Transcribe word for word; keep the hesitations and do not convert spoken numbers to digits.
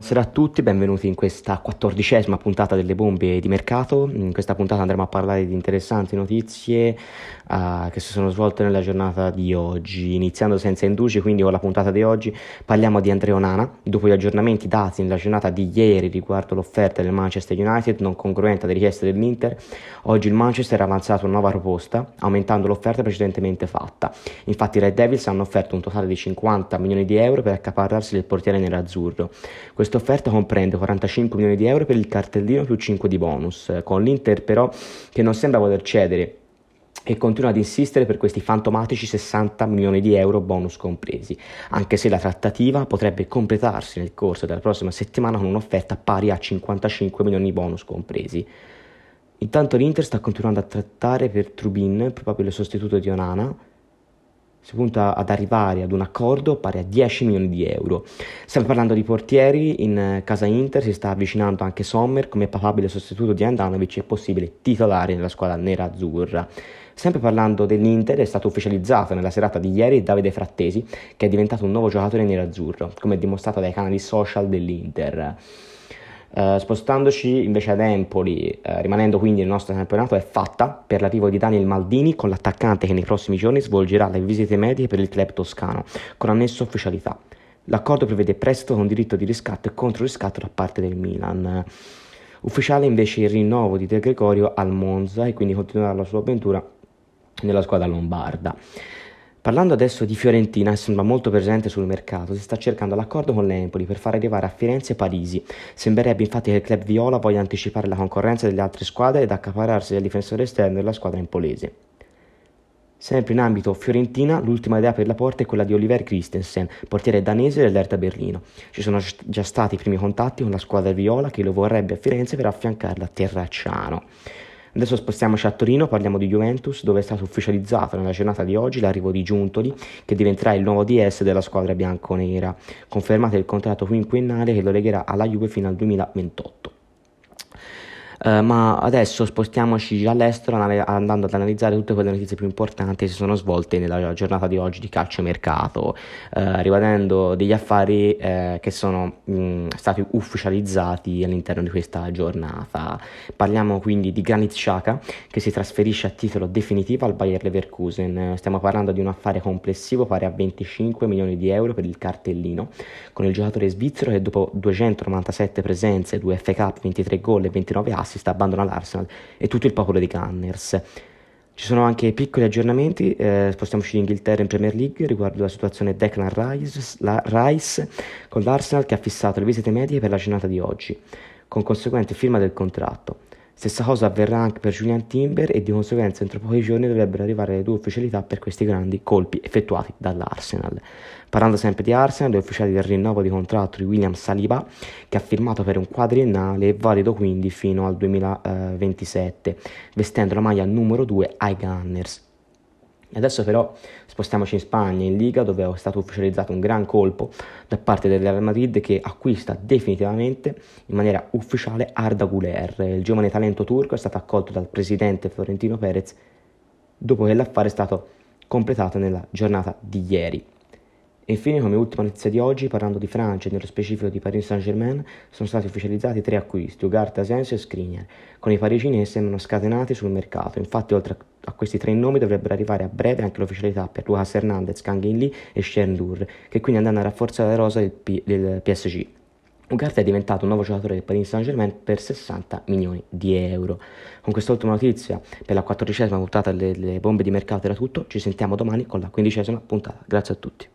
Buonasera a tutti, benvenuti in questa quattordicesima puntata delle bombe di mercato. In questa puntata andremo a parlare di interessanti notizie uh, che si sono svolte nella giornata di oggi. Iniziando senza indugi, quindi con la puntata di oggi parliamo di Andrea Onana. Dopo gli aggiornamenti dati nella giornata di ieri riguardo l'offerta del Manchester United non congruente alle richieste dell'Inter, oggi il Manchester ha avanzato una nuova proposta, aumentando l'offerta precedentemente fatta. Infatti i Red Devils hanno offerto un totale di cinquanta milioni di euro per accaparrarsi del portiere nerazzurro. Questa offerta comprende quarantacinque milioni di euro per il cartellino più cinque di bonus, con l'Inter però che non sembra voler cedere e continua ad insistere per questi fantomatici sessanta milioni di euro bonus compresi, anche se la trattativa potrebbe completarsi nel corso della prossima settimana con un'offerta pari a cinquantacinque milioni di bonus compresi. Intanto l'Inter sta continuando a trattare per Trubin, probabile sostituto di Onana. Si punta ad arrivare ad un accordo pari a dieci milioni di euro. Sempre parlando di portieri, in casa Inter si sta avvicinando anche Sommer come papabile sostituto di Handanovic e possibile titolare nella squadra nerazzurra. Sempre parlando dell'Inter, è stato ufficializzato nella serata di ieri Davide Frattesi, che è diventato un nuovo giocatore nerazzurro, come dimostrato dai canali social dell'Inter. Uh, spostandoci invece ad Empoli, uh, rimanendo quindi nel nostro campionato, è fatta per l'arrivo di Daniel Maldini con l'attaccante che nei prossimi giorni svolgerà le visite mediche per il club toscano, con annesso ufficialità. L'accordo prevede prestito con diritto di riscatto e controriscatto da parte del Milan. Ufficiale invece il rinnovo di De Gregorio al Monza e quindi continuerà la sua avventura nella squadra lombarda. Parlando adesso di Fiorentina, che sembra molto presente sul mercato, si sta cercando l'accordo con l'Empoli per far arrivare a Firenze Parisi. Sembrerebbe infatti che il club viola voglia anticipare la concorrenza delle altre squadre ed accaparrarsi del difensore esterno della squadra empolese. Sempre in ambito Fiorentina, l'ultima idea per la porta è quella di Oliver Christensen, portiere danese dell'Hertha Berlino. Ci sono già stati i primi contatti con la squadra viola che lo vorrebbe a Firenze per affiancarla a Terracciano. Adesso spostiamoci a Torino, parliamo di Juventus, dove è stato ufficializzato nella giornata di oggi l'arrivo di Giuntoli, che diventerà il nuovo D S della squadra bianconera, confermato il contratto quinquennale che lo legherà alla Juve fino al duemilaventotto. Uh, ma adesso spostiamoci all'estero andando ad analizzare tutte quelle notizie più importanti che si sono svolte nella giornata di oggi di calciomercato, uh, riguardando degli affari uh, che sono mh, stati ufficializzati all'interno di questa giornata. Parliamo quindi di Granit Xhaka, che si trasferisce a titolo definitivo al Bayer Leverkusen. Stiamo parlando di un affare complessivo pari a venticinque milioni di euro per il cartellino, con il giocatore svizzero che dopo duecentonovantasette presenze, due F A Cup, ventitré gol e ventinove assist abbandona l'Arsenal e tutto il popolo dei Gunners. Ci sono anche piccoli aggiornamenti, eh, spostiamoci in Inghilterra in Premier League riguardo la situazione Declan Rice, la, Rice con l'Arsenal che ha fissato le visite medie per la giornata di oggi, con conseguente firma del contratto. Stessa cosa avverrà anche per Julian Timber e di conseguenza entro pochi giorni dovrebbero arrivare le due ufficialità per questi grandi colpi effettuati dall'Arsenal. Parlando sempre di Arsenal, le ufficiali del rinnovo di contratto di William Saliba, che ha firmato per un quadriennale e valido quindi fino al duemilaventisette, vestendo la maglia numero due ai Gunners. Adesso però spostiamoci in Spagna, in Liga, dove è stato ufficializzato un gran colpo da parte del Real Madrid che acquista definitivamente in maniera ufficiale Arda Güler. Il giovane talento turco è stato accolto dal presidente Florentino Perez dopo che l'affare è stato completato nella giornata di ieri. E infine, come ultima notizia di oggi, parlando di Francia e nello specifico di Paris Saint-Germain, sono stati ufficializzati tre acquisti, Ugarte, Asensio e Skriniar, con i parigini che sembrano scatenati sul mercato. Infatti, oltre a questi tre nomi dovrebbero arrivare a breve anche l'ufficialità per Lucas Hernandez, Kangin Lee e Scherndur, che quindi andranno a rafforzare la rosa del, P- del P S G. Ugarte è diventato un nuovo giocatore del Paris Saint-Germain per sessanta milioni di euro. Con quest'ultima notizia, per la quattordicesima puntata delle bombe di mercato era tutto. Ci sentiamo domani con la quindicesima puntata. Grazie a tutti.